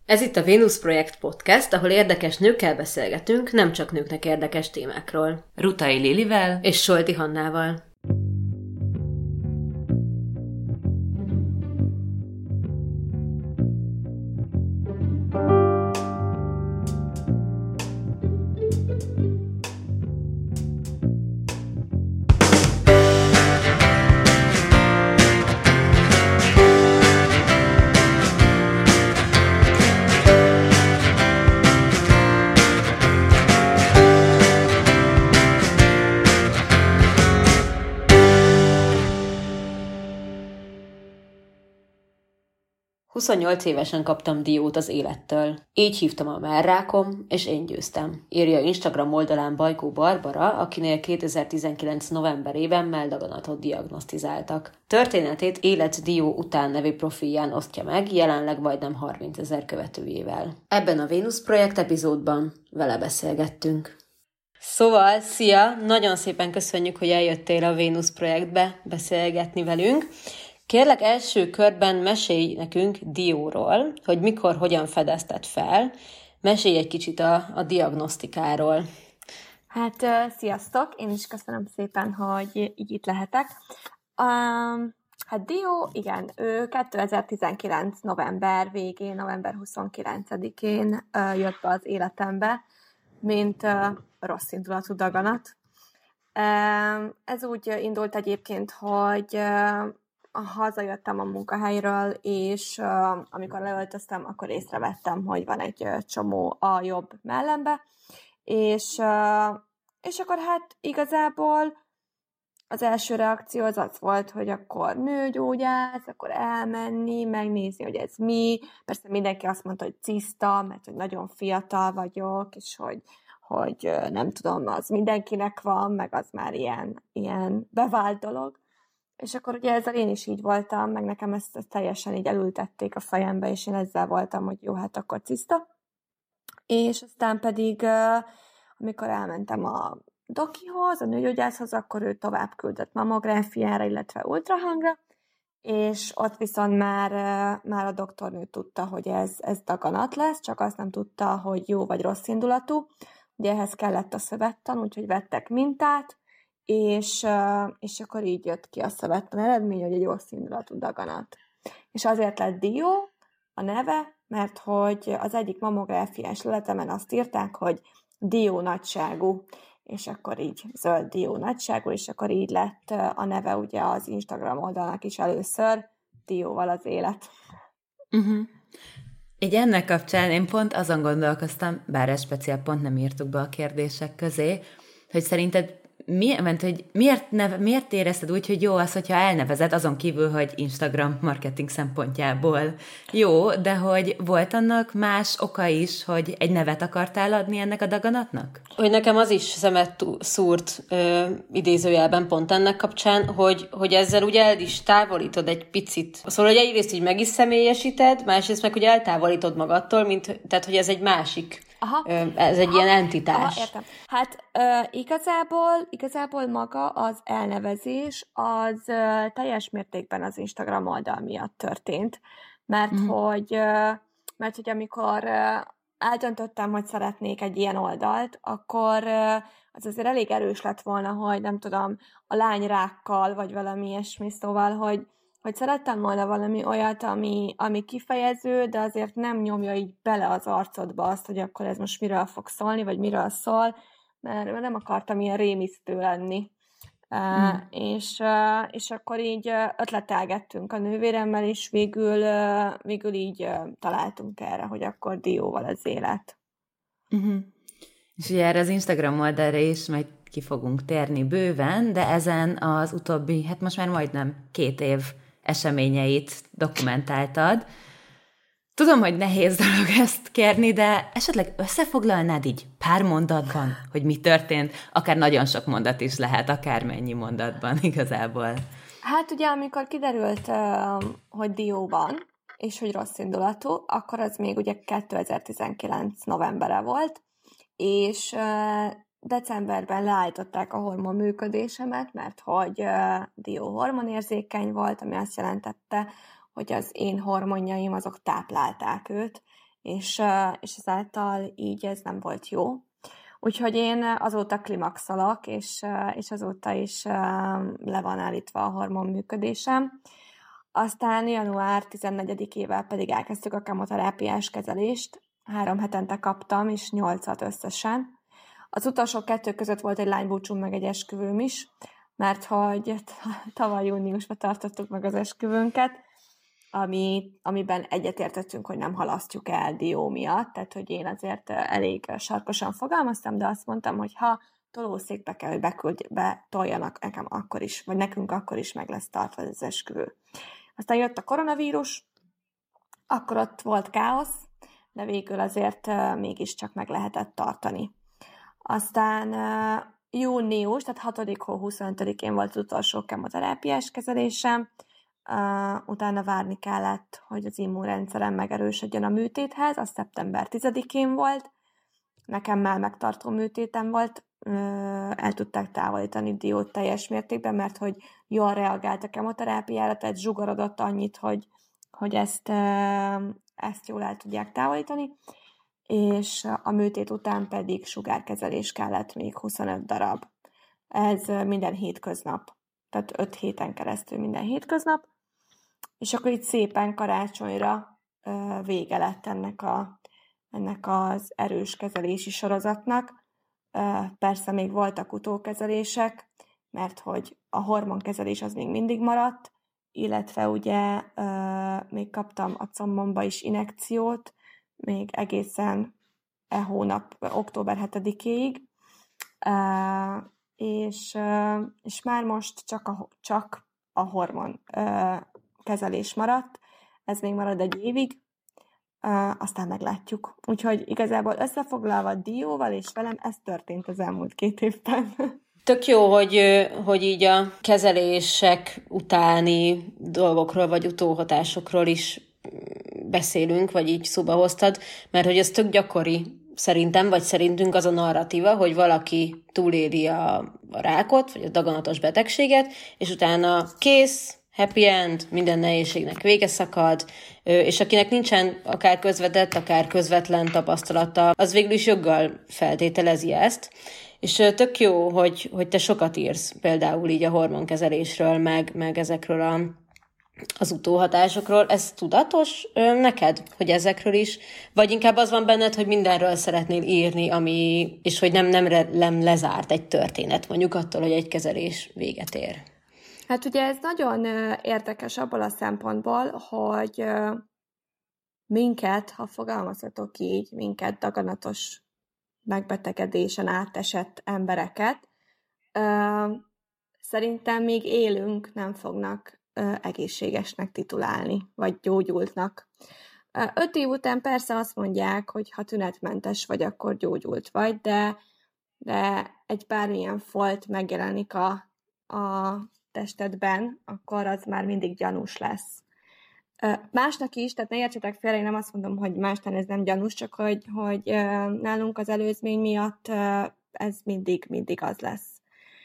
Ez itt a Vénusz Projekt Podcast, ahol érdekes nőkkel beszélgetünk, nem csak nőknek érdekes témákról. Rutai Lilivel és Solti Hannával. "28 évesen kaptam diót az élettől. Így hívtam a mellrákom, és én győztem", írja Instagram oldalán Bajkó Barbara, akinél 2019 novemberében melldaganatot diagnosztizáltak. Történetét Életdió után nevű profilján osztja meg, jelenleg majdnem 30 000 követőjével. Ebben a Vénusz Projekt epizódban vele beszélgettünk. Szóval, szia! Nagyon szépen köszönjük, hogy eljöttél a Vénusz Projektbe beszélgetni velünk. Kérlek, első körben mesélj nekünk dióról, hogy mikor, hogyan fedezted fel. Mesélj egy kicsit a diagnosztikáról. Hát, sziasztok! Én is köszönöm szépen, hogy így itt lehetek. Hát Dió, igen, ő 2019 november végén, november 29-én jött be az életembe, mint rossz indulatú daganat. Ez úgy indult egyébként, hogy hazajöttem a munkahelyről, és amikor leöltöztem, akkor észrevettem, hogy van egy csomó a jobb mellembe, és akkor hát igazából az első reakció az volt, hogy akkor nőgyógyász, akkor elmenni, megnézni, hogy ez mi. Persze mindenki azt mondta, hogy ciszta, mert hogy nagyon fiatal vagyok, és hogy nem tudom, az mindenkinek van, meg az már ilyen bevált dolog. És akkor ugye ezzel én is így voltam, meg nekem ezt teljesen így elültették a fejembe, és én ezzel voltam, hogy jó, hát akkor ciszta. És aztán pedig, amikor elmentem a dokihoz, a nőgyógyászhoz, akkor ő tovább küldött mammográfiára, illetve ultrahangra, és ott viszont már a doktornő tudta, hogy ez daganat lesz, csak azt nem tudta, hogy jó vagy rossz indulatú. Ugye ehhez kellett a szövettan, úgyhogy vettek mintát, és akkor így jött ki a szövettan eredmény, hogy egy rossz indulatú daganat. És azért lett Dió a neve, mert hogy az egyik mammográfiás leletemen azt írták, hogy Dió nagyságú, és akkor így zöld Dió nagyságú, és akkor így lett a neve ugye az Instagram oldalnak is először, Dióval az élet. Uh-huh. Így ennek kapcsán én pont azon gondolkoztam, bár ezt speciál pont nem írtuk be a kérdések közé, hogy szerinted miért érezted úgy, hogy jó az, hogyha elnevezed, azon kívül, hogy Instagram marketing szempontjából jó, de hogy volt annak más oka is, hogy egy nevet akartál adni ennek a daganatnak? Hogy nekem az is szemet szúrt idézőjelben pont ennek kapcsán, hogy ezzel ugye el is távolítod egy picit. Szóval, hogy egyrészt így meg is személyesíted, másrészt meg, hogy eltávolítod magadtól, tehát, hogy ez egy másik. Ez egy ilyen entitás. Értem. Hát igazából maga az elnevezés az teljes mértékben az Instagram oldal miatt történt, mert hogy amikor eldöntöttem, hogy szeretnék egy ilyen oldalt, akkor az azért elég erős lett volna, hogy nem tudom, a lányrákkal, vagy valami ilyesmi, szóval, hogy szerettem volna valami olyat, ami kifejező, de azért nem nyomja így bele az arcodba azt, hogy akkor ez most miről fog szólni, vagy miről szól, mert nem akartam ilyen rémisztő lenni. És akkor így ötletelgettünk a nővéremmel, és végül így találtunk erre, hogy akkor Dióval az élet. Uh-huh. És ugye erre az Instagram oldalra is majd ki fogunk térni bőven, de ezen az utóbbi, hát most már majdnem 2 év eseményeit dokumentáltad. Tudom, hogy nehéz dolog ezt kérni, de esetleg összefoglalnád így pár mondatban, hogy mi történt? Akár nagyon sok mondat is lehet, akármennyi mondatban igazából. Hát ugye, amikor kiderült, hogy Dió van, és hogy rossz indulatú, akkor az még ugye 2019 novembere volt, és decemberben leállították a hormon működésemet, mert hogy Dió hormonérzékeny volt, ami azt jelentette, hogy az én hormonjaim azok táplálták őt, és ezáltal így ez nem volt jó. Úgyhogy én azóta klimaxolok, és azóta is le van állítva a hormon működésem. Aztán január 14-ével pedig elkezdtük a kemoterápiás kezelést. 3 hetente kaptam, és 8 összesen. Az utolsó 2 között volt egy lánybúcsúm, meg egy esküvőm is, mert hogy tavaly júniusban tartottuk meg az esküvőnket, amiben egyetértettünk, hogy nem halasztjuk el dió miatt, tehát hogy én azért elég sarkosan fogalmaztam, de azt mondtam, hogy ha tolószékbe kell, hogy betoljanak nekem akkor is, vagy nekünk akkor is meg lesz tartva az esküvő. Aztán jött a koronavírus, akkor ott volt káosz, de végül azért mégiscsak meg lehetett tartani. Aztán június, tehát 6. hó 25-én volt az utolsó kemoterápiás kezelésem, utána várni kellett, hogy az immunrendszerem megerősödjön a műtéthez, az szeptember 10-én volt, nekem már megtartó műtétem volt, el tudták távolítani diót teljes mértékben, mert hogy jól reagált a kemoterápiára, tehát zsugorodott annyit, hogy ezt jól el tudják távolítani, és a műtét után pedig sugárkezelés kellett még 25 darab. Ez minden hétköznap, tehát 5 héten keresztül minden hétköznap, és akkor itt szépen karácsonyra vége lett ennek az erős kezelési sorozatnak. Persze még voltak utókezelések, mert hogy a hormonkezelés az még mindig maradt, illetve ugye még kaptam a combomba is injekciót, még egészen hónap, október 7-éig, és már most csak a hormon kezelés maradt, ez még marad egy évig, aztán meglátjuk. Úgyhogy igazából összefoglalva dióval és velem ez történt az elmúlt 2 évben. Tök jó, hogy így a kezelések utáni dolgokról, vagy utóhatásokról is beszélünk, vagy így szóba hoztad, mert hogy ez tök gyakori szerintem, vagy szerintünk az a narratíva, hogy valaki túléli a rákot, vagy a daganatos betegséget, és utána kész, happy end, minden nehézségnek vége szakad, és akinek nincsen akár közvetett, akár közvetlen tapasztalata, az végül is joggal feltételezi ezt. És tök jó, hogy te sokat írsz például így a hormonkezelésről, meg ezekről az utóhatásokról. Ez tudatos neked, hogy ezekről is? Vagy inkább az van benned, hogy mindenről szeretnél írni, és hogy nem lezárt egy történet, mondjuk attól, hogy egy kezelés véget ér? Hát ugye ez nagyon érdekes abból a szempontból, hogy minket, ha fogalmazhatok így, minket daganatos megbetegedésen átesett embereket, szerintem még élünk, nem fognak egészségesnek titulálni, vagy gyógyultnak. 5 év után persze azt mondják, hogy ha tünetmentes vagy, akkor gyógyult vagy, de egy bármilyen folt megjelenik a testedben, akkor az már mindig gyanús lesz. Másnak is, tehát ne értsetek félre, én nem azt mondom, hogy másnál ez nem gyanús, csak hogy nálunk az előzmény miatt ez mindig az lesz.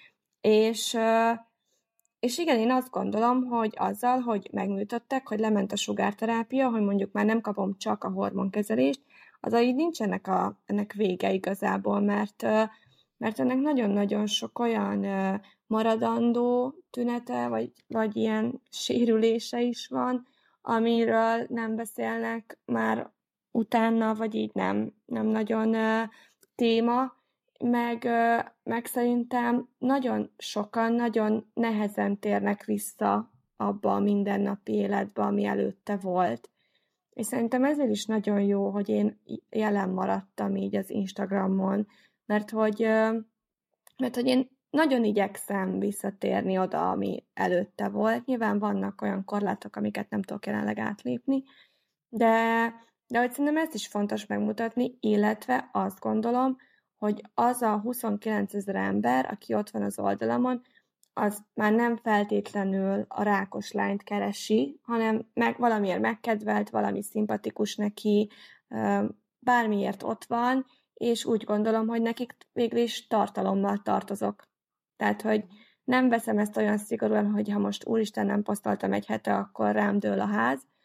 És igen, én azt gondolom, hogy azzal, hogy megműtöttek, hogy lement a sugárterápia, hogy mondjuk már nem kapom csak a hormonkezelést, az így nincs ennek vége igazából, mert ennek nagyon-nagyon sok olyan maradandó tünete, vagy ilyen sérülése is van, amiről nem beszélnek már utána, vagy így nem nagyon téma, meg szerintem nagyon sokan, nagyon nehezen térnek vissza abba a mindennapi életbe, ami előtte volt. És szerintem ezért is nagyon jó, hogy én jelen maradtam így az Instagramon, mert hogy én nagyon igyekszem visszatérni oda, ami előtte volt. Nyilván vannak olyan korlátok, amiket nem tudok jelenleg átlépni, de hogy szerintem ezt is fontos megmutatni, illetve azt gondolom, hogy az a 29 000 ember, aki ott van az oldalamon, az már nem feltétlenül a rákos lányt keresi, hanem valamiért megkedvelt, valami szimpatikus neki, bármiért ott van, és úgy gondolom, hogy nekik végül is tartalommal tartozok. Tehát, hogy nem veszem ezt olyan szigorúan, hogy ha most úristen nem posztoltam egy hete, akkor rám dől a ház,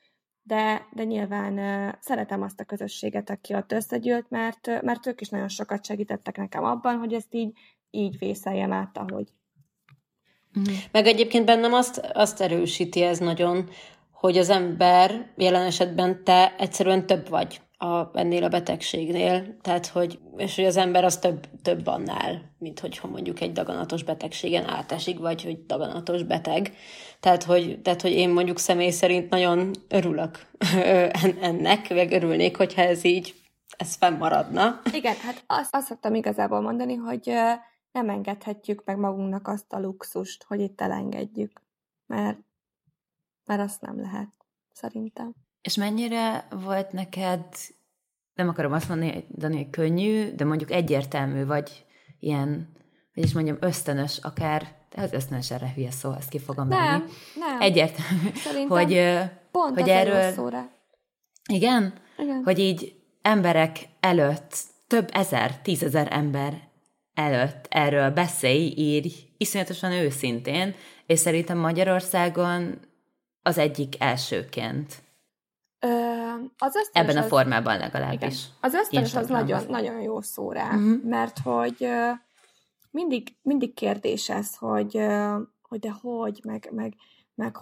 de nyilván szeretem azt a közösséget, aki ott összegyűlt, mert ők is nagyon sokat segítettek nekem abban, hogy ezt így vészeljem át, ahogy. Meg egyébként bennem azt erősíti ez nagyon, hogy az ember, jelen esetben te egyszerűen több vagy ennél a betegségnél, tehát hogy az ember az több annál, mint hogyha mondjuk egy daganatos betegségen átesik, vagy hogy daganatos beteg. Tehát, hogy én mondjuk személy szerint nagyon örülök ennek, meg örülnék, hogyha ez fennmaradna. Igen, hát azt szoktam igazából mondani, hogy nem engedhetjük meg magunknak azt a luxust, hogy itt elengedjük, mert azt nem lehet, szerintem. És mennyire volt neked, nem akarom azt mondani, hogy könnyű, de mondjuk egyértelmű, vagy ilyen, hogy is mondjam, ösztönös akár, de az ösztönös erre hülye szó, ezt ki fogom venni. Nem. Egyértelmű, szerintem pont hogy erről... Szóra. Igen? Hogy így emberek előtt, több ezer, 10 000 ember előtt erről beszélj, írj, iszonyatosan őszintén, és szerintem Magyarországon az egyik elsőként. Ebben a formában legalábbis. Igen. Az ösztönös az nagyon, nagyon jó szó rá, mert hogy mindig kérdés ez, hogy de hogy, meg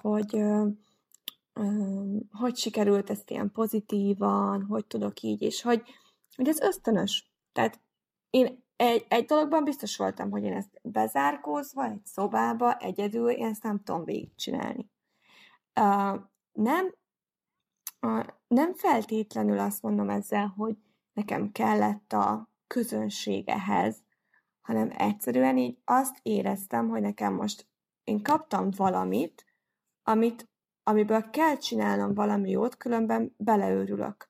hogy sikerült ezt ilyen pozitívan, hogy tudok így, és hogy ez ösztönös. Tehát én egy dologban biztos voltam, hogy én ezt bezárkózva, egy szobába, egyedül, én ezt nem tudom végigcsinálni. Nem feltétlenül azt mondom ezzel, hogy nekem kellett a közönség ehhez, hanem egyszerűen így azt éreztem, hogy nekem most én kaptam valamit, amiből kell csinálnom valami jót, különben beleőrülök.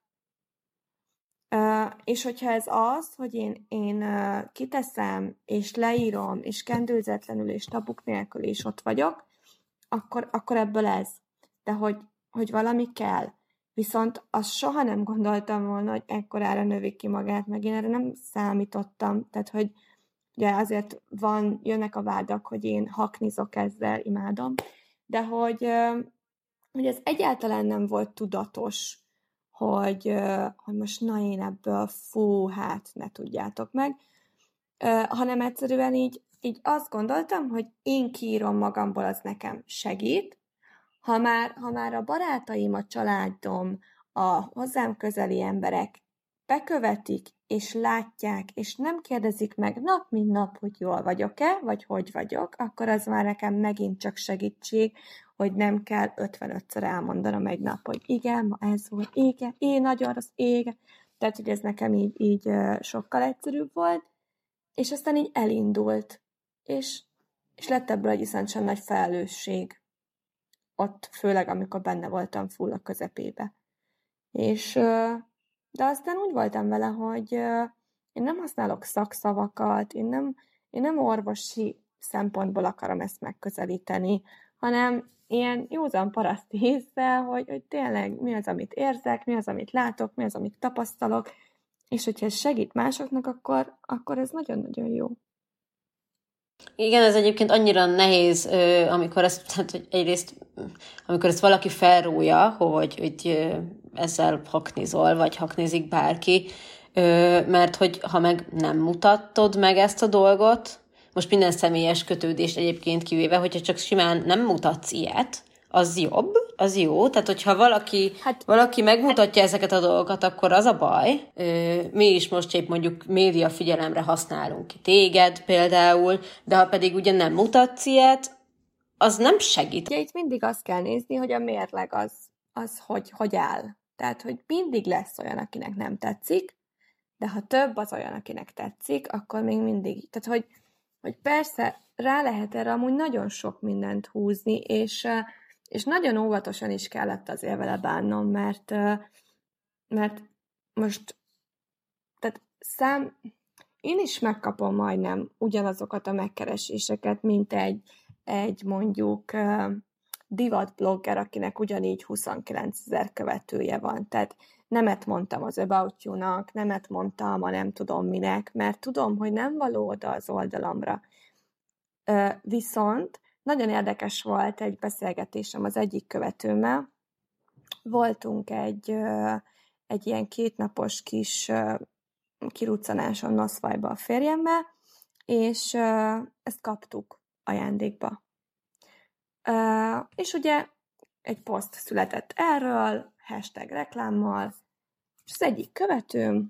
És hogyha ez az, hogy én kiteszem, és leírom, és kendőzetlenül, és tabuk nélkül, és ott vagyok, akkor ebből ez. De hogy valami kell. Viszont azt soha nem gondoltam volna, hogy ekkorára növi ki magát, meg én erre nem számítottam. Tehát, hogy ugye azért jönnek a vádak, hogy én haknizok ezzel, imádom, de hogy ez egyáltalán nem volt tudatos, hogy most na én ebből hát ne tudjátok meg, hanem egyszerűen így azt gondoltam, hogy én kiírom magamból, az nekem segít. Ha már a barátaim, a családom, a hozzám közeli emberek bekövetik, és látják, és nem kérdezik meg nap mint nap, hogy jól vagyok-e, vagy hogy vagyok, akkor az már nekem megint csak segítség, hogy nem kell 55-ször elmondanom egy nap, hogy igen, ma ez volt, igen, nagyon rossz, igen. Tehát, hogy ez nekem így sokkal egyszerűbb volt, és aztán így elindult, és lett ebből egy iszonyatosan nagy felelősség. Ott főleg, amikor benne voltam full a közepébe. De aztán úgy voltam vele, hogy én nem használok szakszavakat, én nem orvosi szempontból akarom ezt megközelíteni, hanem ilyen józan paraszti észre, hogy tényleg mi az, amit érzek, mi az, amit látok, mi az, amit tapasztalok, és hogyha ez segít másoknak, akkor ez nagyon-nagyon jó. Igen, ez egyébként annyira nehéz, amikor ezt valaki felrója, hogy ezzel haknizol, vagy haknizik bárki, mert hogy ha meg nem mutatod meg ezt a dolgot, most minden személyes kötődést egyébként kivéve, hogyha csak simán nem mutatsz ilyet, az jobb, az jó. Tehát, hogyha valaki megmutatja ezeket a dolgokat, akkor az a baj. Mi is most épp mondjuk média figyelemre használunk ki téged például, de ha pedig ugye nem mutatsz ilyet, az nem segít. Ugye itt mindig azt kell nézni, hogy a mérleg az hogy áll. Tehát, hogy mindig lesz olyan, akinek nem tetszik, de ha több az olyan, akinek tetszik, akkor még mindig. Tehát, hogy persze rá lehet erre amúgy nagyon sok mindent húzni, és nagyon óvatosan is kellett azért vele bánnom, mert most tehát én is megkapom majdnem ugyanazokat a megkereséseket, mint egy mondjuk divatblogger, akinek ugyanígy 29 000 követője van. Tehát nemet mondtam az About You-nak, nemet mondtam a nem tudom minek, mert tudom, hogy nem való oda az oldalamra. Viszont nagyon érdekes volt egy beszélgetésem az egyik követőmmel, voltunk egy ilyen 2 napos kis kiruccanáson Noszvajba a férjemmel, és ezt kaptuk ajándékba. És ugye egy poszt született erről, #reklámmal, és az egyik követőm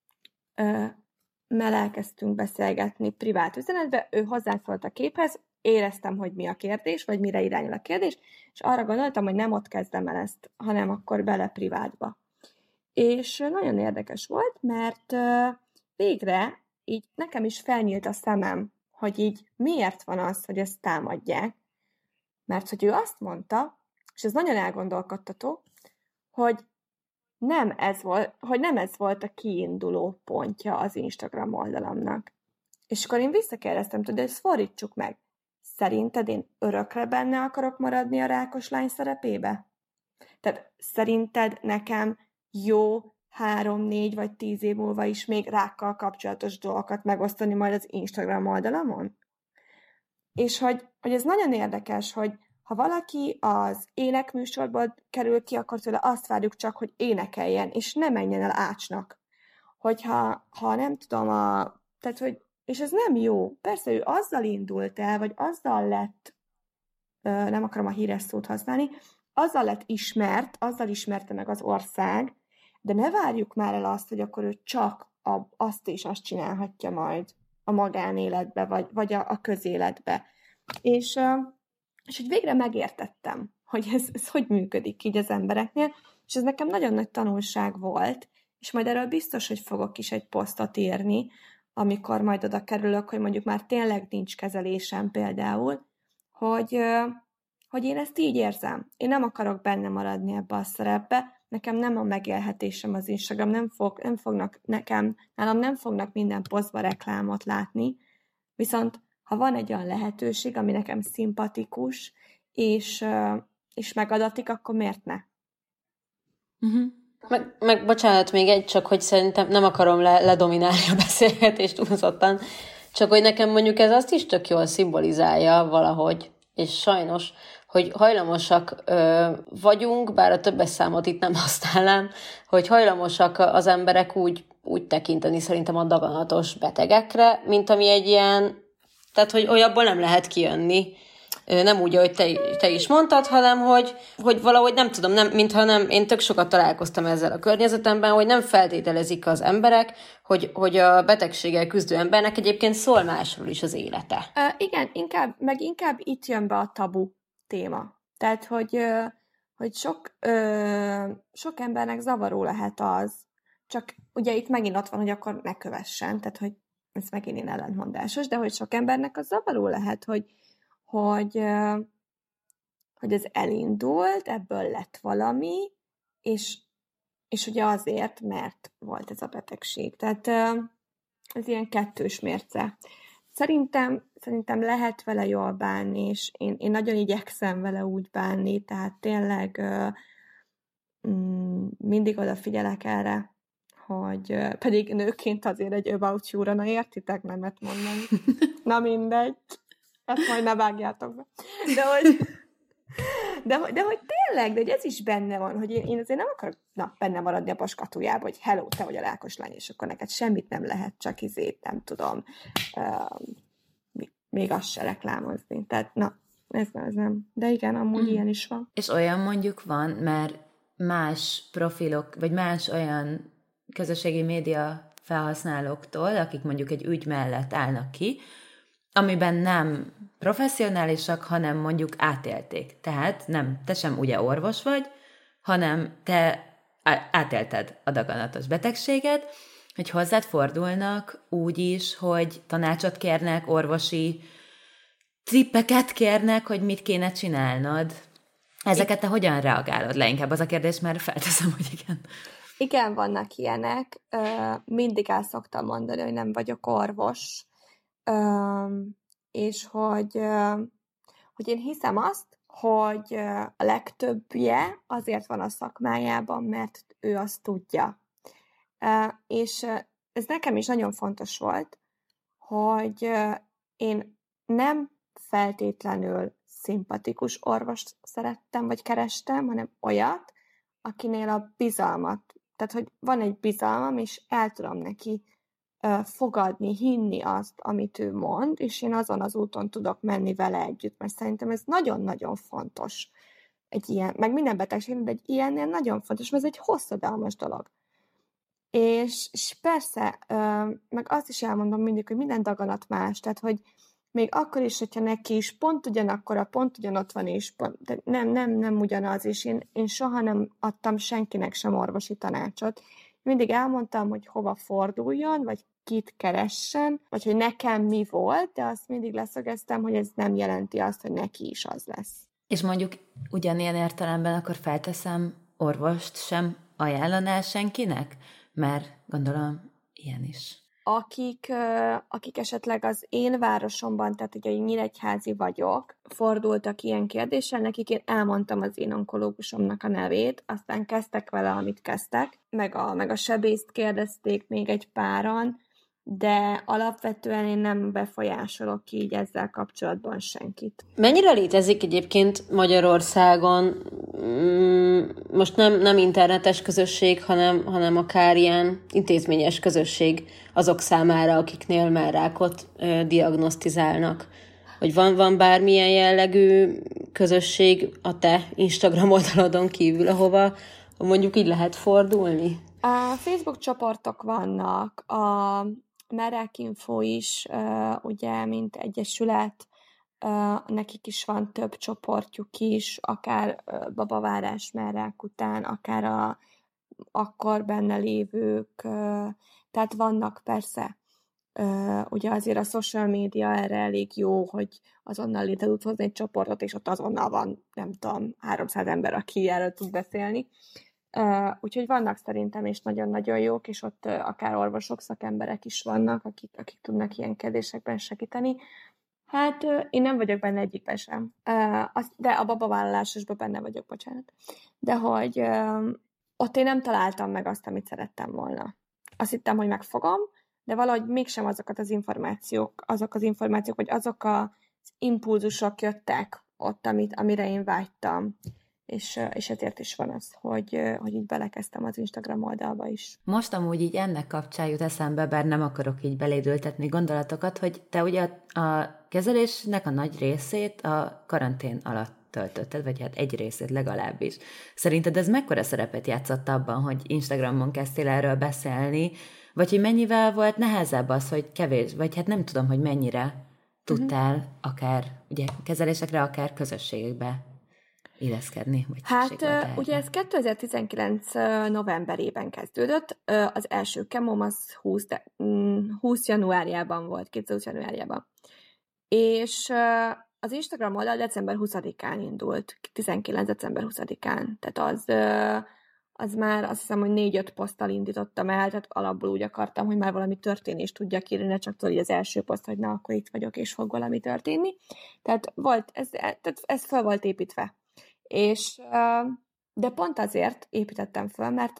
elkezdtünk beszélgetni privát üzenetbe, ő hozzászólt a képhez, éreztem, hogy mi a kérdés, vagy mire irányul a kérdés, és arra gondoltam, hogy nem ott kezdem el ezt, hanem akkor bele privátba. És nagyon érdekes volt, mert végre így nekem is felnyílt a szemem, hogy így miért van az, hogy ezt támadják. Mert hogy ő azt mondta, és ez nagyon elgondolkodtató, hogy nem ez volt a kiinduló pontja az Instagram oldalamnak. És akkor én visszakérdeztem, de ezt fordítsuk meg. Szerinted én örökre benne akarok maradni a rákos lány szerepébe? Tehát szerinted nekem jó 3, 4 vagy 10 év múlva is még rákkal kapcsolatos dolgokat megosztani majd az Instagram oldalamon? És hogy ez nagyon érdekes, hogy ha valaki az énekműsorból kerül ki, akkor tőle azt várjuk csak, hogy énekeljen, és ne menjen el ácsnak. Hogyha nem tudom, tehát, hogy, és ez nem jó. Persze ő azzal indult el, vagy azzal lett, nem akarom a híres szót használni, azzal lett ismert, azzal ismerte meg az ország, de ne várjuk már el azt, hogy akkor ő csak azt és azt csinálhatja majd a magánéletbe, vagy a közéletbe. És hogy végre megértettem, hogy ez hogy működik így az embereknél, és ez nekem nagyon nagy tanulság volt, és majd erről biztos, hogy fogok is egy posztot írni, amikor majd oda kerülök, hogy mondjuk már tényleg nincs kezelésem például, hogy én ezt így érzem. Én nem akarok benne maradni ebbe a szerepbe, nekem nem a megélhetésem az Instagram, nálam nem fognak minden posztba reklámot látni, viszont ha van egy olyan lehetőség, ami nekem szimpatikus, és megadatik, akkor miért ne? Meg bocsánat, még csak hogy szerintem nem akarom ledominálni a beszélgetést túlzottan, csak hogy nekem mondjuk ez azt is tök jól szimbolizálja valahogy, és sajnos, hogy hajlamosak vagyunk, bár a többes számot itt nem használnám, hogy hajlamosak az emberek úgy tekinteni szerintem a daganatos betegekre, mint ami egy ilyen, tehát hogy olyanból nem lehet kijönni. Nem úgy, ahogy te is mondtad, hanem hogy valahogy nem tudom, mintha nem, én tök sokat találkoztam ezzel a környezetemben, hogy nem feltételezik az emberek, hogy a betegséggel küzdő embernek egyébként szól másról is az élete. Igen, inkább itt jön be a tabu téma. Tehát, hogy sok embernek zavaró lehet az, csak ugye itt megint ott van, hogy akkor ne kövessen, tehát, hogy ez megint én ellentmondásos, de hogy sok embernek az zavaró lehet, hogy ez elindult, ebből lett valami, és ugye azért, mert volt ez a betegség. Tehát ez ilyen kettős mérce. Szerintem lehet vele jól bánni, és én nagyon igyekszem vele úgy bánni, tehát tényleg mindig odafigyelek erre, hogy pedig nőként azért egy about you-ra, na értitek, nemet mondani. Na mindegy. Ezt majd ne vágjátok be. De hogy tényleg, de hogy ez is benne van, hogy én azért nem akarok benne maradni a paskatujába, hogy hello, te vagy a rákos lány, és akkor neked semmit nem lehet, csak nem tudom, még azt se reklámozni. Tehát ez nem. De igen, amúgy ilyen is van. És olyan mondjuk van, mert más profilok, vagy más olyan közösségi média felhasználóktól, akik mondjuk egy ügy mellett állnak ki, amiben nem professzionálisak, hanem mondjuk átélték. Tehát nem, te sem ugye orvos vagy, hanem te átélted a daganatos betegséget, hogy hozzád fordulnak úgy is, hogy tanácsot kérnek, orvosi tippeket kérnek, hogy mit kéne csinálnod. Ezeket te hogyan reagálod le? Inkább az a kérdés, mert felteszem, hogy igen. Igen, vannak ilyenek. Mindig el szoktam mondani, hogy nem vagyok orvos, és hogy én hiszem azt, hogy a legtöbbje azért van a szakmájában, mert ő azt tudja. És ez nekem is nagyon fontos volt, hogy én nem feltétlenül szimpatikus orvost szerettem, vagy kerestem, hanem olyat, akinél a bizalmat, tehát hogy van egy bizalmam, és el tudom neki fogadni, hinni azt, amit ő mond, és én azon az úton tudok menni vele együtt, mert szerintem ez nagyon-nagyon fontos. Egy ilyen, meg minden betegségnél, de egy ilyennél nagyon fontos, mert ez egy hosszadalmas dolog. És persze, meg azt is elmondom mindig, hogy minden daganat más, tehát hogy még akkor is, hogyha neki is pont ugyanakkor, pont ugyanott van, és pont, de nem ugyanaz, és én soha nem adtam senkinek sem orvosi tanácsot. Mindig elmondtam, hogy hova forduljon, vagy kit keressen, vagy hogy nekem mi volt, de azt mindig leszögeztem, hogy ez nem jelenti azt, hogy neki is az lesz. És mondjuk ugyanilyen értelemben akkor felteszem, orvost sem ajánlanál senkinek? Mert gondolom, ilyen is. Akik esetleg az én városomban, tehát ugye én nyíregyházi vagyok, fordultak ilyen kérdéssel, nekik én elmondtam az én onkológusomnak a nevét, aztán kezdtek vele, amit kezdtek, meg a sebészt kérdezték még egy páran, de alapvetően én nem befolyásolok így ezzel kapcsolatban senkit. Mennyire létezik egyébként Magyarországon, most nem internetes közösség, hanem akár ilyen intézményes közösség azok számára, akiknél mellrákot diagnosztizálnak? Hogy van bármilyen jellegű közösség a te Instagram oldalodon kívül, ahova mondjuk így lehet fordulni? A Facebook csoportok vannak, a Merrákinfo is, ugye, mint egyesület, nekik is van több csoportjuk is, akár babavárás merrák után, akár akkor benne lévők, tehát vannak persze. Ugye azért a social media erre elég jó, hogy azonnal létre tud hozni egy csoportot, és ott azonnal van, nem tudom, 300 ember, aki erről tud beszélni. Úgyhogy vannak szerintem is nagyon-nagyon jók, és ott akár orvosok, szakemberek is vannak, akik tudnak ilyen kérdésekben segíteni. Hát én nem vagyok benne egyikben sem. De a babavállalásosban benne vagyok, bocsánat. De hogy ott én nem találtam meg azt, amit szerettem volna. Azt hittem, hogy megfogom, de valahogy mégsem azok az információk, vagy azok az impulzusok jöttek ott, amire én vágytam. És ezért is van az, hogy így belekezdtem az Instagram oldalba is. Most amúgy így ennek kapcsán jut eszembe, bár nem akarok így belédültetni gondolatokat, hogy te ugye a kezelésnek a nagy részét a karantén alatt töltötted, vagy hát egy részét legalábbis. Szerinted ez mekkora szerepet játszott abban, hogy Instagramon kezdtél erről beszélni, vagy hogy mennyivel volt nehezebb az, hogy kevés, vagy hát nem tudom, hogy mennyire tudtál akár ugye kezelésekre, akár közösségekbe illeszkedni? Vagy hát ugye ez 2019 novemberében kezdődött, az első kemóm az 20 januárjában volt, 2020 januárjában. És az Instagram oldal december 20-án indult, 19. december 20-án, tehát az már azt hiszem, hogy 4-5 poszttal indítottam el, tehát alapból úgy akartam, hogy már valami történést tudjak írni, ne csak tudod, az első poszt, hogy na, akkor itt vagyok, és fog valami történni. Tehát ez fel volt építve. És, de pont azért építettem föl, mert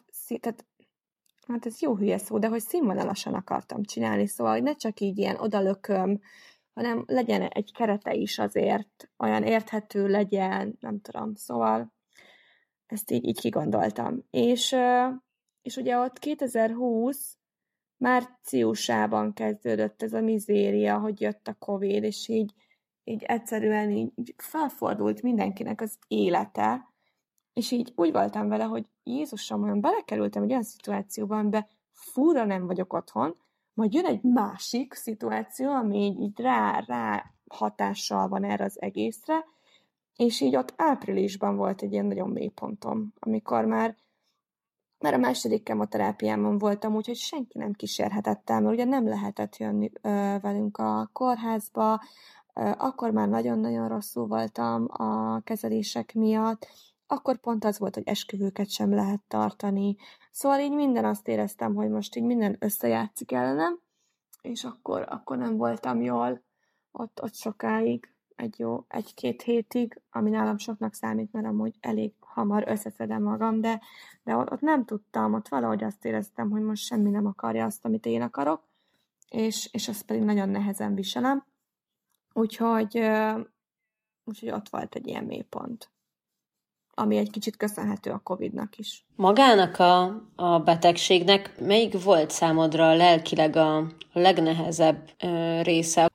hát ez jó hülye szó, de hogy színvonalasan akartam csinálni, szóval, hogy ne csak így ilyen odalököm, hanem legyen egy kerete is azért, olyan érthető legyen, nem tudom, szóval ezt így kigondoltam. És ugye ott 2020 márciusában kezdődött ez a mizéria, hogy jött a Covid, és így egyszerűen így felfordult mindenkinek az élete, és így úgy voltam vele, hogy Jézusom, olyan belekerültem egy olyan szituációban, amiben fúra nem vagyok otthon, majd jön egy másik szituáció, ami így rá hatással van erre az egészre, és így ott áprilisban volt egy ilyen nagyon mély pontom, amikor már a második kemoterápiámon voltam, úgyhogy senki nem kísérhetett el, mert ugye nem lehetett jönni velünk a kórházba, akkor már nagyon-nagyon rosszul voltam a kezelések miatt, akkor pont az volt, hogy esküvőket sem lehet tartani. Szóval így minden azt éreztem, hogy most így minden összejátszik ellenem, és akkor nem voltam jól ott sokáig, egy-két hétig, ami nálam soknak számít, mert amúgy elég hamar összeszedem magam, de ott nem tudtam, ott valahogy azt éreztem, hogy most semmi nem akarja azt, amit én akarok, és azt pedig nagyon nehezen viselem. Úgyhogy ott volt egy ilyen mélypont. ami egy kicsit köszönhető a Covid-nak is. Magának a betegségnek melyik volt számodra lelkileg a legnehezebb része?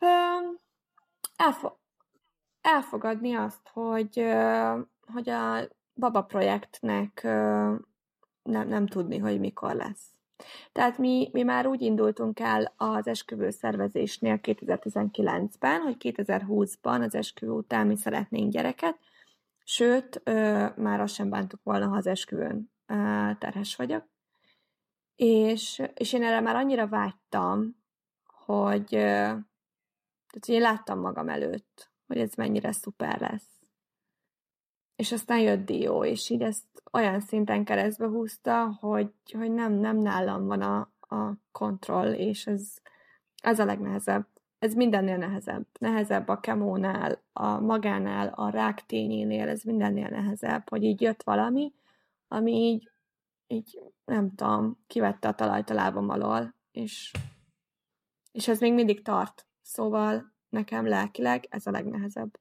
Elfogadni azt, hogy a Baba projektnek nem tudni, hogy mikor lesz. Tehát mi már úgy indultunk el az esküvő szervezésnél 2019-ben, hogy 2020-ban az esküvő után mi szeretnénk gyereket, sőt, már azt sem bántuk volna, ha az esküvőn terhes vagyok. És én erre már annyira vágytam, hogy én láttam magam előtt, hogy ez mennyire szuper lesz. És aztán jött Dió, és így ezt olyan szinten keresztbe húzta, hogy nem nálam van a kontroll, és ez a legnehezebb. Ez mindennél nehezebb. Nehezebb a kemónál, a magánál, a ráktényénél, ez mindennél nehezebb, hogy így jött valami, ami így nem tudom, kivette a talajt a lábam alól, és ez még mindig tart. Szóval nekem lelkileg ez a legnehezebb.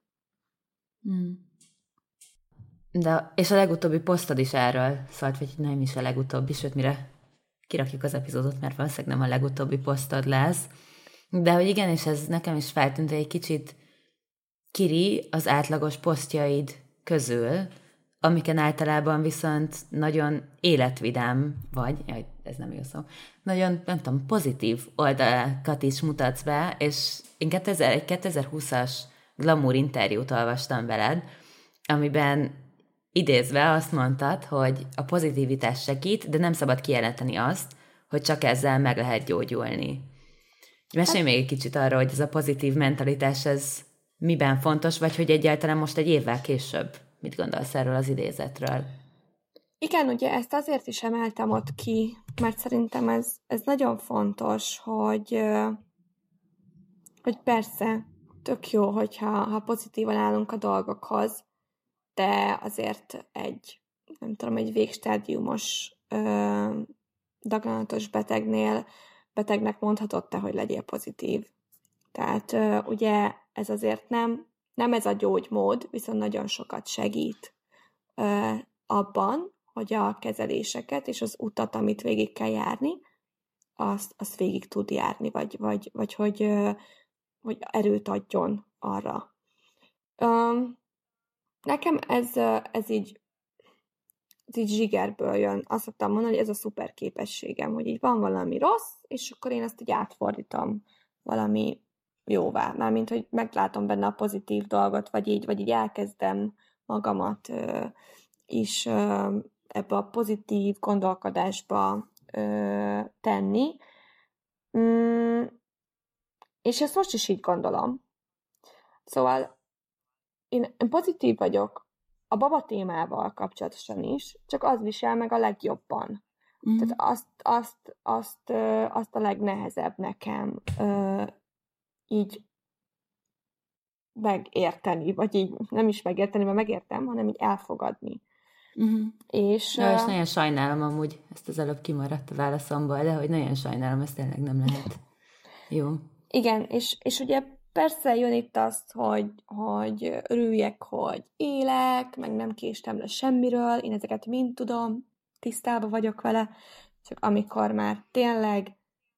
És a legutóbbi posztod is erről szólt, vagy nem is a legutóbbi, sőt, mire kirakjuk az epizódot, mert valószínűleg nem a legutóbbi posztod lesz. De hogy igen, és ez nekem is feltűnt, egy kicsit kiri az átlagos posztjaid közül, amiken általában viszont nagyon életvidám vagy, ez nem jó szó, nagyon, nem tudom, pozitív oldalakat is mutatsz be, és én egy 2020-as glamour interjút olvastam veled, amiben idézve azt mondtad, hogy a pozitivitás segít, de nem szabad kijelenteni azt, hogy csak ezzel meg lehet gyógyulni. Mesélj még egy kicsit arról, hogy ez a pozitív mentalitás, ez miben fontos, vagy hogy egyáltalán most egy évvel később mit gondolsz erről az idézetről? Igen, ugye ezt azért is emeltem ott ki, mert szerintem ez nagyon fontos, hogy persze tök jó, hogyha pozitívan állunk a dolgokhoz, de azért egy végstádiumos daganatos betegnek mondhatod te, hogy legyél pozitív. Tehát ugye ez azért nem ez a gyógymód, viszont nagyon sokat segít abban, hogy a kezeléseket és az utat, amit végig kell járni, azt végig tud járni, vagy hogy erőt adjon arra. Nekem ez így zsigerből jön. Azt szoktam mondani, hogy ez a szuper képességem, hogy így van valami rossz, és akkor én ezt így átfordítom valami jóvá. Mármint, hogy meglátom benne a pozitív dolgot, vagy így elkezdem magamat is ebbe a pozitív gondolkodásba tenni. És ezt most is így gondolom. Szóval én pozitív vagyok a baba témával kapcsolatosan is, csak az visel meg a legjobban. Tehát azt a legnehezebb nekem így megérteni, vagy így nem is megérteni, mert megértem, hanem így elfogadni. És nagyon sajnálom amúgy, ezt az előbb kimaradt a válaszomból, de hogy nagyon sajnálom, ezt tényleg nem lehet. Jó. Igen, és ugye persze jön itt azt, hogy örüljek, hogy élek, meg nem késtem le semmiről, én ezeket mind tudom, tisztában vagyok vele, csak amikor már tényleg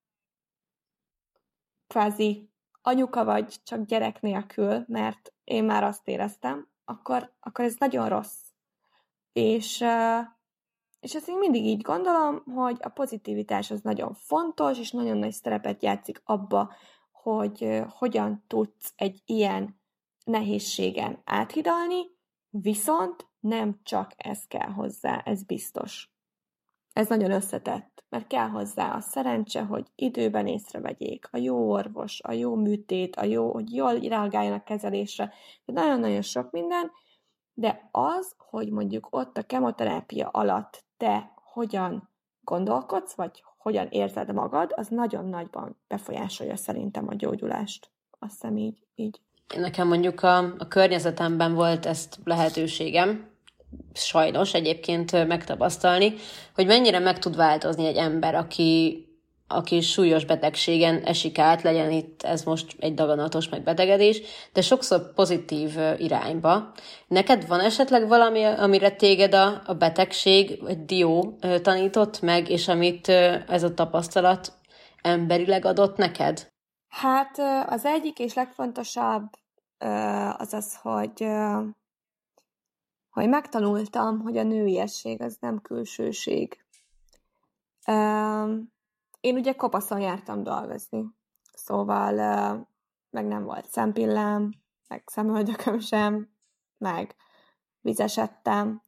kvázi anyuka vagy csak gyerek nélkül, mert én már azt éreztem, akkor ez nagyon rossz. És ezt én mindig így gondolom, hogy a pozitivitás az nagyon fontos, és nagyon nagy szerepet játszik abba, hogy hogyan tudsz egy ilyen nehézségen áthidalni, viszont nem csak ez kell hozzá, ez biztos. Ez nagyon összetett, mert kell hozzá a szerencse, hogy időben észrevegyék, a jó orvos, a jó műtét, hogy jól reagáljon a kezelésre. Nagyon-nagyon sok minden, de az, hogy mondjuk ott a kemoterápia alatt te hogyan gondolkodsz, vagy hogyan érzed magad, az nagyon nagyban befolyásolja szerintem a gyógyulást. Azt hiszem így. Nekem mondjuk a környezetemben volt ezt lehetőségem, sajnos egyébként megtapasztalni, hogy mennyire meg tud változni egy ember, aki aki súlyos betegségen esik át, legyen itt ez most egy daganatos megbetegedés, de sokszor pozitív irányba. Neked van esetleg valami, amire téged a betegség, vagy dió tanított meg, és amit ez a tapasztalat emberileg adott neked? Hát az egyik és legfontosabb az az, hogy megtanultam, hogy a nőiesség az nem külsőség. Én ugye kopaszon jártam dolgozni, szóval meg nem volt szempillám, meg szemöldököm sem, meg vizesedtem,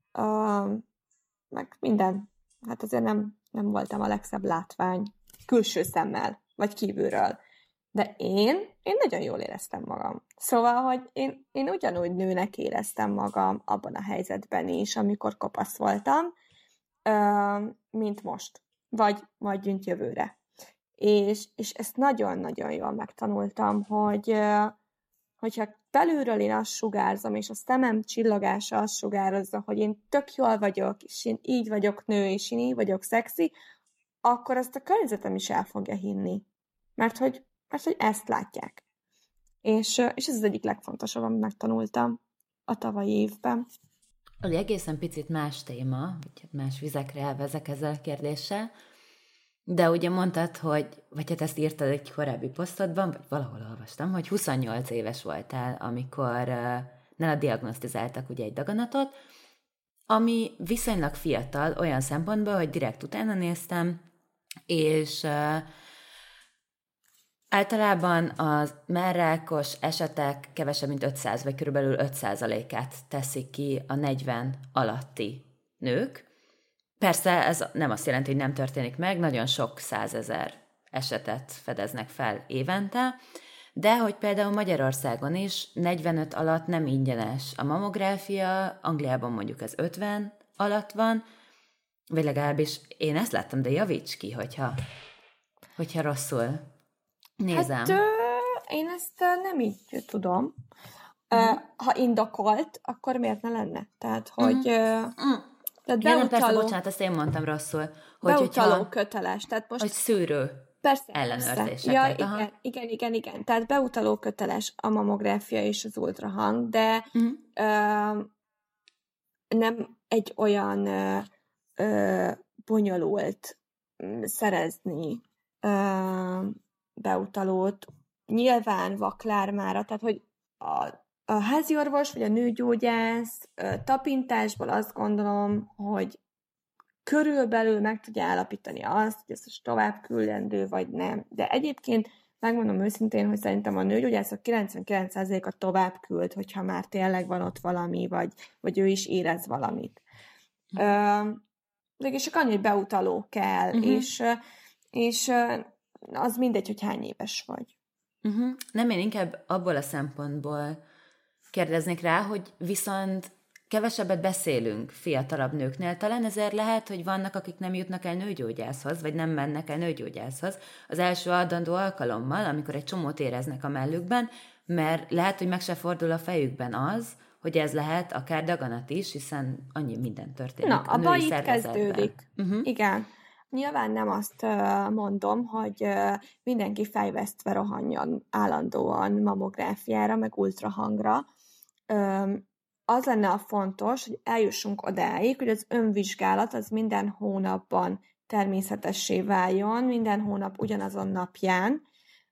meg minden. Hát azért nem voltam a legszebb látvány külső szemmel, vagy kívülről. De én nagyon jól éreztem magam. Szóval, hogy én ugyanúgy nőnek éreztem magam abban a helyzetben is, amikor kopasz voltam, mint most. Vagy majd jövőre. És ezt nagyon-nagyon jól megtanultam, hogyha belülről én azt sugárzom, és a szemem csillogása azt sugározza, hogy én tök jól vagyok, és én így vagyok nő, és én így vagyok szexi, akkor azt a környezetem is el fogja hinni. Mert hogy ezt látják. És ez az egyik legfontosabb, amit megtanultam a tavalyi évben. Oli, egészen picit más téma, vagy más vizekre elvezek ezzel a kérdéssel, de ugye mondtad, vagy hát ezt írtad egy korábbi posztodban, vagy valahol olvastam, hogy 28 éves voltál, amikor nálad diagnosztizáltak ugye egy daganatot, ami viszonylag fiatal olyan szempontból, hogy direkt utána néztem, és általában a mellrákos esetek kevesebb, mint 500, vagy körülbelül 5%-át teszik ki a 40 alatti nők. Persze ez nem azt jelenti, hogy nem történik meg, nagyon sok 100 000 esetet fedeznek fel évente, de hogy például Magyarországon is 45 alatt nem ingyenes a mammográfia, Angliában mondjuk ez 50 alatt van, vagy legalábbis én ezt láttam, de javíts ki, hogyha rosszul nézem. Hát én ezt nem így tudom. Ha indokolt, akkor miért ne lenne? Tehát, hogy... Tehát persze, bocsánat, ezt én mondtam rosszul. Beutaló köteles. Tehát most, hogy szűrő ellenőrzéseket. Ja, igen. Tehát beutaló köteles a mammográfia és az ultrahang, de nem egy olyan bonyolult szerezni beutalót. Nyilván vaklármára, tehát hogy a háziorvos vagy a nőgyógyász tapintásból azt gondolom, hogy körülbelül meg tudja állapítani azt, hogy ez tovább küldendő, vagy nem. De egyébként megmondom őszintén, hogy szerintem a nőgyógyászok 99%-a tovább küld, hogyha már tényleg van ott valami, vagy ő is érez valamit. És csak annyi, hogy beutaló kell, és az mindegy, hogy hány éves vagy. Nem, én inkább abból a szempontból kérdeznék rá, hogy viszont kevesebbet beszélünk fiatalabb nőknél. Talán ezért lehet, hogy vannak, akik nem jutnak el nőgyógyászhoz, vagy nem mennek el nőgyógyászhoz az első adandó alkalommal, amikor egy csomót éreznek a mellükben, mert lehet, hogy meg se fordul a fejükben az, hogy ez lehet akár daganat is, hiszen annyi minden történik. Na, a baj itt kezdődik. Igen. Nyilván nem azt mondom, hogy mindenki fejvesztve rohanjon állandóan mammográfiára, meg ultrahangra. Az lenne a fontos, hogy eljussunk odáig, hogy az önvizsgálat az minden hónapban természetessé váljon, minden hónap ugyanazon napján,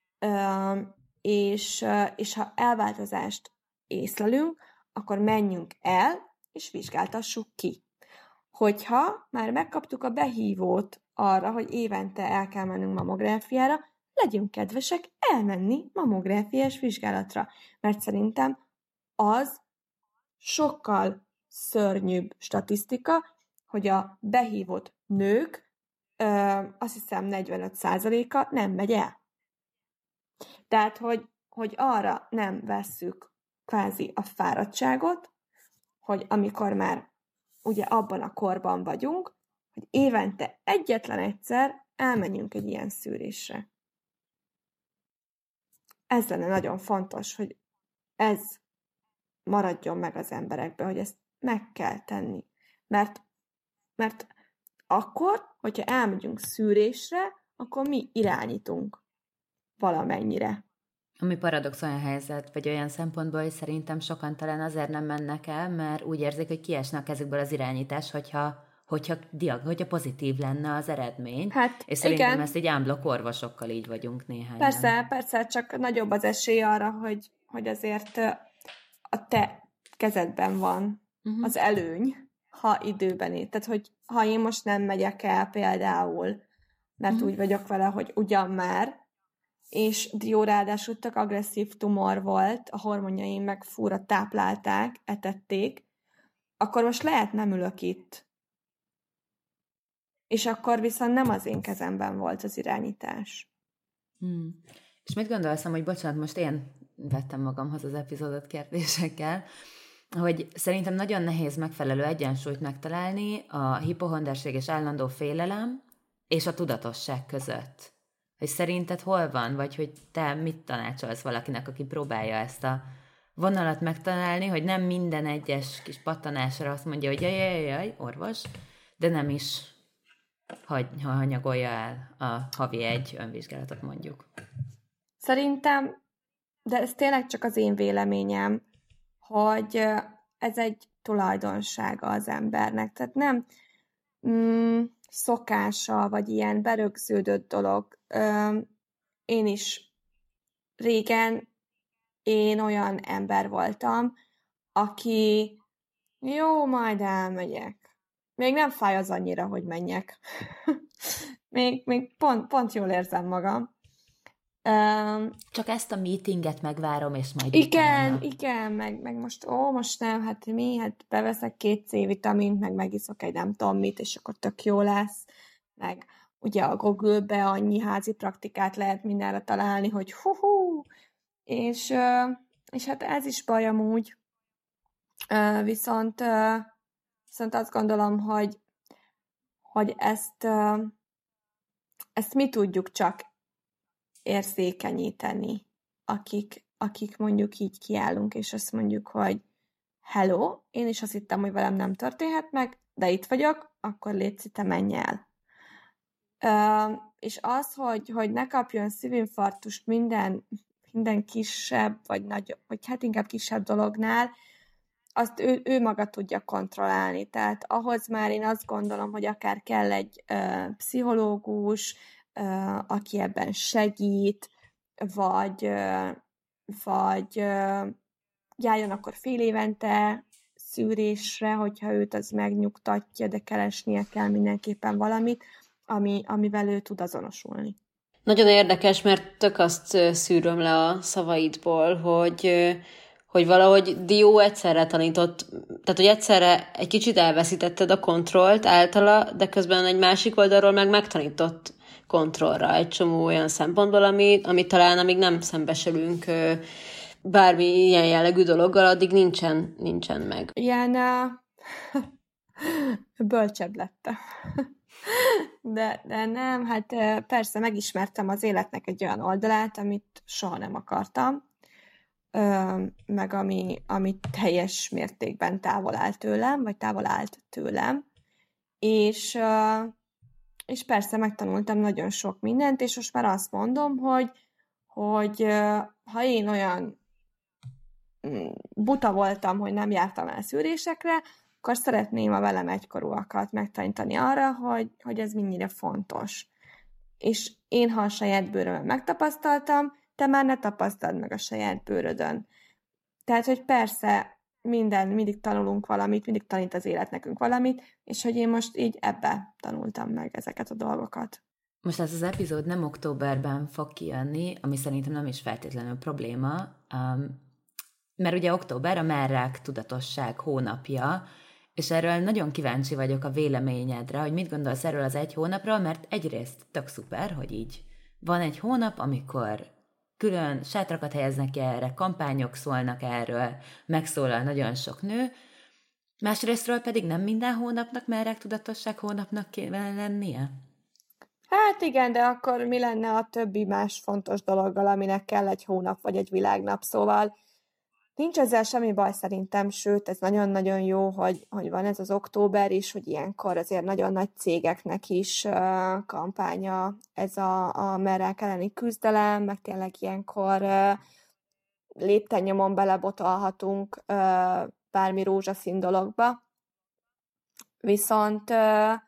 és ha elváltozást észlelünk, akkor menjünk el, és vizsgáltassuk ki. Hogyha már megkaptuk a behívót arra, hogy évente el kell mennünk mammográfiára, legyünk kedvesek elmenni mammográfiás vizsgálatra, mert szerintem az sokkal szörnyűbb statisztika, hogy a behívott nők, azt hiszem 45%-a nem megy el. Tehát, hogy arra nem vesszük kvázi a fáradtságot, hogy amikor már ugye abban a korban vagyunk, hogy évente egyetlen egyszer elmenjünk egy ilyen szűrésre. Ez lenne nagyon fontos, hogy ez maradjon meg az emberekbe, hogy ezt meg kell tenni. Mert akkor, hogyha elmegyünk szűrésre, akkor mi irányítunk valamennyire. Ami paradox olyan helyzet, vagy olyan szempontból, hogy szerintem sokan talán azért nem mennek el, mert úgy érzik, hogy kiesne a kezükből az irányítás, hogyha pozitív lenne az eredmény. Hát, és szerintem igen. ezt így unblock orvosokkal így vagyunk néhányan. Persze, csak nagyobb az esély arra, hogy azért a te kezedben van az előny, ha időben ér. Tehát, hogy ha én most nem megyek el például, mert úgy vagyok vele, hogy ugyan már, és Dio ráadásul tök agresszív tumor volt, a hormonjaim meg fúra táplálták, etették, akkor most lehet nem ülök itt. És akkor viszont nem az én kezemben volt az irányítás. És mit gondolsz, hogy bocsánat, most én vettem magamhoz az epizódot kérdésekkel, hogy szerintem nagyon nehéz megfelelő egyensúlyt megtalálni a hipohonderség és állandó félelem és a tudatosság között. Hogy szerinted hol van, vagy hogy te mit tanácsolsz valakinek, aki próbálja ezt a vonalat megtalálni, hogy nem minden egyes kis pattanásra azt mondja, hogy jaj, orvos, de nem is hanyagolja el a havi egy önvizsgálatot mondjuk. Szerintem, de ez tényleg csak az én véleményem, hogy ez egy tulajdonsága az embernek. Tehát nem szokása, vagy ilyen berögződött dolog. Én is régen olyan ember voltam, aki jó, majd elmegyek. Még nem fáj az annyira, hogy menjek. még pont jól érzem magam. Csak ezt a meetinget megvárom, és majd igen, meg most nem, hát beveszek 2 C-vitamint, meg megiszok egy nem tudom mit, és akkor tök jó lesz, meg ugye a Google-be annyi házi praktikát lehet mindenre találni, hogy és hát ez is baj amúgy, viszont azt gondolom, hogy ezt mi tudjuk csak érzékenyíteni, akik mondjuk így kiállunk, és azt mondjuk, hogy hello, én is azt hittem, hogy velem nem történhet meg, de itt vagyok, akkor légy, te menj el. És az, hogy ne kapjon szívinfarktust minden kisebb, vagy nagyobb, vagy hát inkább kisebb dolognál, azt ő maga tudja kontrollálni. Tehát ahhoz már én azt gondolom, hogy akár kell egy pszichológus, aki ebben segít, vagy járjon akkor fél évente szűrésre, hogyha őt az megnyugtatja, de keresnie kell mindenképpen valamit, amivel ő tud azonosulni. Nagyon érdekes, mert tök azt szűröm le a szavaidból, hogy valahogy Dio egyszerre tanított, tehát hogy egyszerre egy kicsit elveszítetted a kontrollt általa, de közben egy másik oldalról meg megtanított kontrollra egy csomó olyan szempontból, ami talán amíg nem szembesülünk bármi ilyen jellegű dologgal, addig nincsen meg. Ilyen bölcsebb lettem. De nem, hát persze megismertem az életnek egy olyan oldalát, amit soha nem akartam, meg ami teljes mértékben távol áll tőlem, vagy távol állt tőlem, és persze megtanultam nagyon sok mindent, és most már azt mondom, hogy ha én olyan buta voltam, hogy nem jártam el szűrésekre, akkor szeretném a velem egykorúakat megtanítani arra, hogy ez mennyire fontos. És én, ha a saját bőrömön megtapasztaltam, te már ne tapasztald meg a saját bőrödön. Tehát, hogy persze mindig tanulunk valamit, mindig tanít az élet nekünk valamit, és hogy én most így ebbe tanultam meg ezeket a dolgokat. Most ez az epizód nem októberben fog kijönni, ami szerintem nem is feltétlenül probléma, mert ugye október a merrák tudatosság hónapja, és erről nagyon kíváncsi vagyok a véleményedre, hogy mit gondolsz erről az egy hónapról, mert egyrészt tök szuper, hogy így van egy hónap, amikor külön sátrakat helyeznek ki erre, kampányok szólnak erről, megszólal nagyon sok nő, másrésztről pedig nem minden hónapnak merrák tudatosság hónapnak kéne lennie? Hát igen, de akkor mi lenne a többi más fontos dologgal, aminek kell egy hónap vagy egy világnap, szóval Nincs ezzel semmi baj szerintem, sőt, ez nagyon-nagyon jó, hogy van ez az október is, hogy ilyenkor azért nagyon nagy cégeknek is kampánya ez a merrák elleni küzdelem, meg tényleg ilyenkor lépten-nyomon belebotolhatunk bármi rózsaszín dologba. Viszont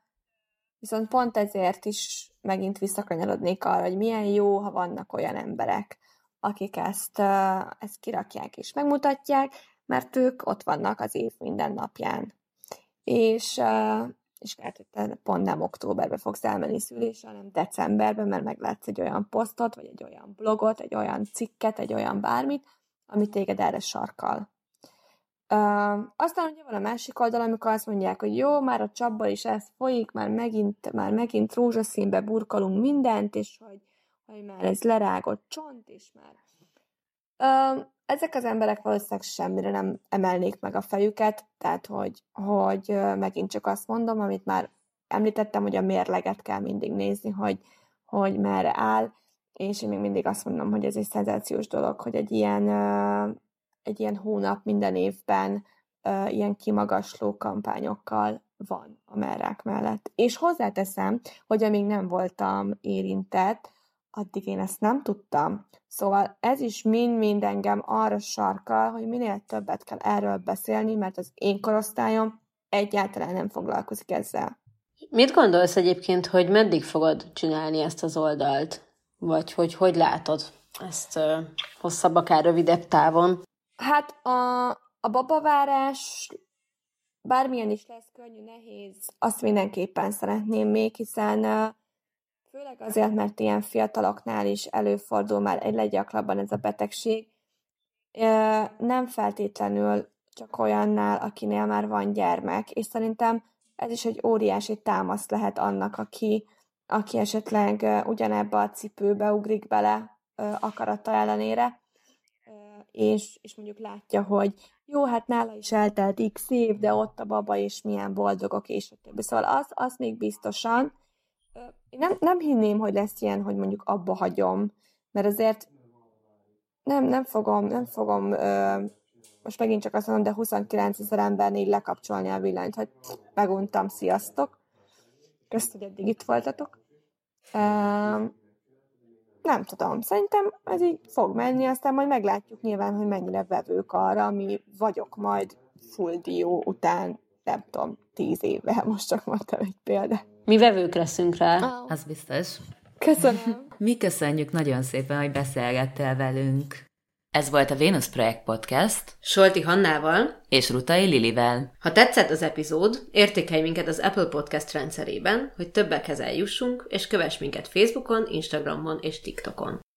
pont ezért is megint visszakanyarodnék arra, hogy milyen jó, ha vannak olyan emberek, akik ezt kirakják és megmutatják, mert ők ott vannak az év minden napján. És lehet, hogy te pont nem októberben fogsz elmenni szülésre, hanem decemberben, mert meglátsz egy olyan posztot, vagy egy olyan blogot, egy olyan cikket, egy olyan bármit, ami téged erre sarkal. Aztán ugye van a másik oldal, amikor azt mondják, hogy jó, már a csapból is ez folyik, már megint rózsaszínbe burkolunk mindent, és hogy már ez lerágott csont, és már... Ezek az emberek valószínűleg semmire nem emelnék meg a fejüket, tehát hogy megint csak azt mondom, amit már említettem, hogy a mérleget kell mindig nézni, hogy merre áll, és én még mindig azt mondom, hogy ez egy szenzációs dolog, hogy egy ilyen hónap minden évben ilyen kimagasló kampányokkal van a merrák mellett. És hozzáteszem, hogy amíg nem voltam érintett, addig én ezt nem tudtam. Szóval ez is mind engem arra sarkal, hogy minél többet kell erről beszélni, mert az én korosztályom egyáltalán nem foglalkozik ezzel. Mit gondolsz egyébként, hogy meddig fogod csinálni ezt az oldalt? Vagy hogy látod ezt hosszabb, akár rövidebb távon? Hát a babavárás bármilyen is lesz, könnyű, nehéz, azt mindenképpen szeretném még, hiszen főleg azért, mert ilyen fiataloknál is előfordul már egyre gyakrabban ez a betegség. Nem feltétlenül csak olyannál, akinél már van gyermek, és szerintem ez is egy óriási támasz lehet annak, aki esetleg ugyanebbe a cipőbe ugrik bele akarata ellenére, és mondjuk látja, hogy jó, hát nála is eltelt x év, de ott a baba, és milyen boldogok, és a többi. Szóval az még biztosan. Én nem hinném, hogy lesz ilyen, hogy mondjuk abba hagyom, mert azért nem fogom most megint csak azt mondom, de 29 000 embernél lekapcsolni a villanyt, hogy meguntam, sziasztok. Köszt, hogy eddig itt voltatok. Nem tudom, szerintem ez így fog menni, aztán majd meglátjuk nyilván, hogy mennyire vevők arra, ami vagyok majd full dió után, nem tudom, 10 éve, most csak mondtam egy példát. Mi vevők leszünk rá. Az biztos. Köszönöm. Mi köszönjük nagyon szépen, hogy beszélgettél velünk. Ez volt a Vénusz Projekt Podcast Solti Hannával és Rutai Lilivel. Ha tetszett az epizód, értékelj minket az Apple Podcast rendszerében, hogy többekhez eljussunk, és kövess minket Facebookon, Instagramon és TikTokon.